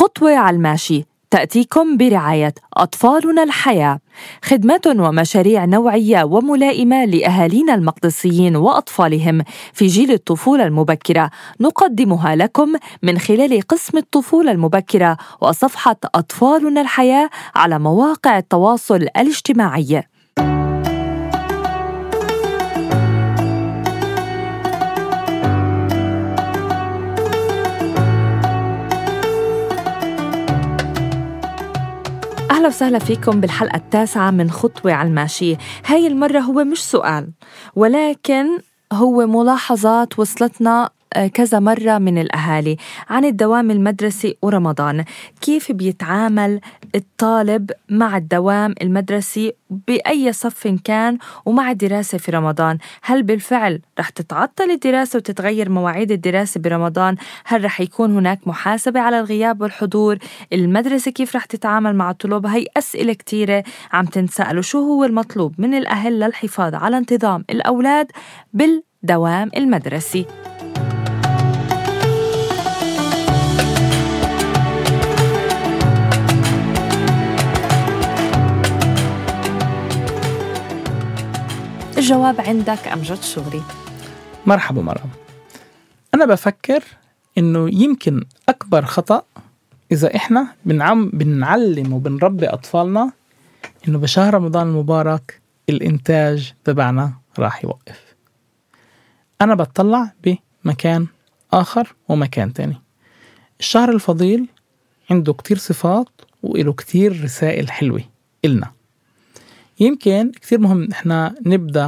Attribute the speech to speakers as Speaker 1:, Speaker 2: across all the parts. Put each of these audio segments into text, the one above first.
Speaker 1: خطوة على الماشي تأتيكم برعاية أطفالنا الحياة، خدمات ومشاريع نوعية وملائمة لأهالينا المقدسيين وأطفالهم في جيل الطفولة المبكرة، نقدمها لكم من خلال قسم الطفولة المبكرة وصفحة أطفالنا الحياة على مواقع التواصل الاجتماعي. أهلا وسهلا فيكم بالحلقة 9 من خطوة على الماشي. هاي المرة هو مش سؤال، ولكن هو ملاحظات وصلتنا كذا مرة من الأهالي عن الدوام المدرسي ورمضان. كيف بيتعامل الطالب مع الدوام المدرسي بأي صف كان ومع الدراسة في رمضان؟ هل بالفعل رح تتعطل الدراسة وتتغير مواعيد الدراسة برمضان؟ هل رح يكون هناك محاسبة على الغياب والحضور؟ المدرسة كيف رح تتعامل مع الطلاب؟ هاي أسئلة كتيرة عم تنسأل. شو هو المطلوب من الأهل للحفاظ على انتظام الأولاد بالدوام المدرسي؟ الجواب عندك أمجد شغري.
Speaker 2: مرحبا مرحبا. أنا بفكر إنه يمكن أكبر خطأ إذا إحنا بنعلم وبنربي أطفالنا إنه بشهر رمضان المبارك الإنتاج تبعنا راح يوقف. أنا بتطلع بمكان آخر ومكان تاني. الشهر الفضيل عنده كتير صفات وإله كتير رسائل حلوة إلنا. يمكن كتير مهم إحنا نبدأ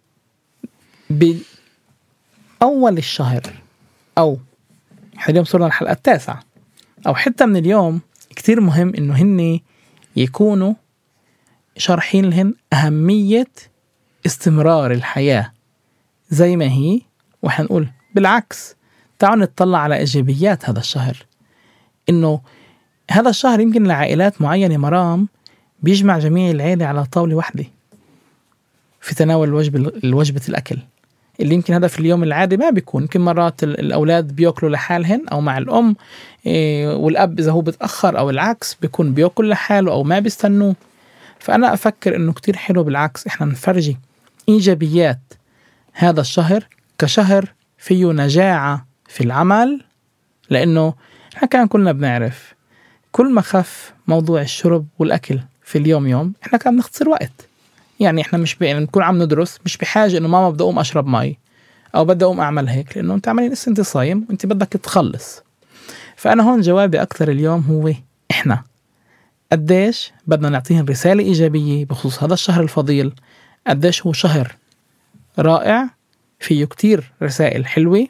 Speaker 2: بأول الشهر، أو إحنا اليوم صرنا الحلقة 9 أو حتى من اليوم. كتير مهم إنه هن يكونوا شارحين لهن أهمية استمرار الحياة زي ما هي، وحنقول بالعكس تعالوا نتطلع على إيجابيات هذا الشهر. إنه هذا الشهر يمكن لعائلات معينة مرام بيجمع جميع العائلة على طاولة واحدة في تناول الوجبة الأكل، اللي يمكن هذا في اليوم العادي ما بيكون. يمكن مرات الأولاد بيأكلوا لحالهن أو مع الأم، والأب إذا هو بتأخر أو العكس بيكون بيأكل لحاله أو ما بيستنوه. فأنا أفكر إنه كتير حلو بالعكس إحنا نفرجي إيجابيات هذا الشهر كشهر فيه نجاعة في العمل، لأنه إحنا كان كلنا بنعرف كل ما خف موضوع الشرب والأكل في اليوم يوم إحنا كان نختصر وقت. يعني إحنا مش نكون عم ندرس مش بحاجة إنه ماما بدي أقوم أشرب مي أو بدي أقوم أعمل هيك، لأنه أنت عملين أنت صايم وأنت بدك تخلص. فأنا هون جوابي أكثر اليوم هو إحنا قديش بدنا نعطيهم رسالة إيجابية بخصوص هذا الشهر الفضيل، قديش هو شهر رائع فيه كتير رسائل حلوة،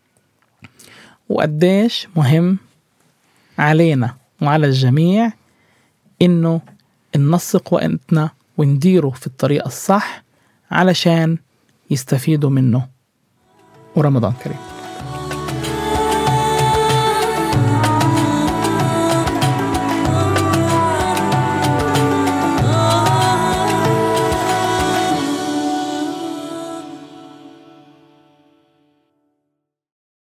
Speaker 2: وقديش مهم علينا وعلى الجميع إنه ننسق وقتنا ونديره في الطريقة الصح علشان يستفيدوا منه. ورمضان كريم.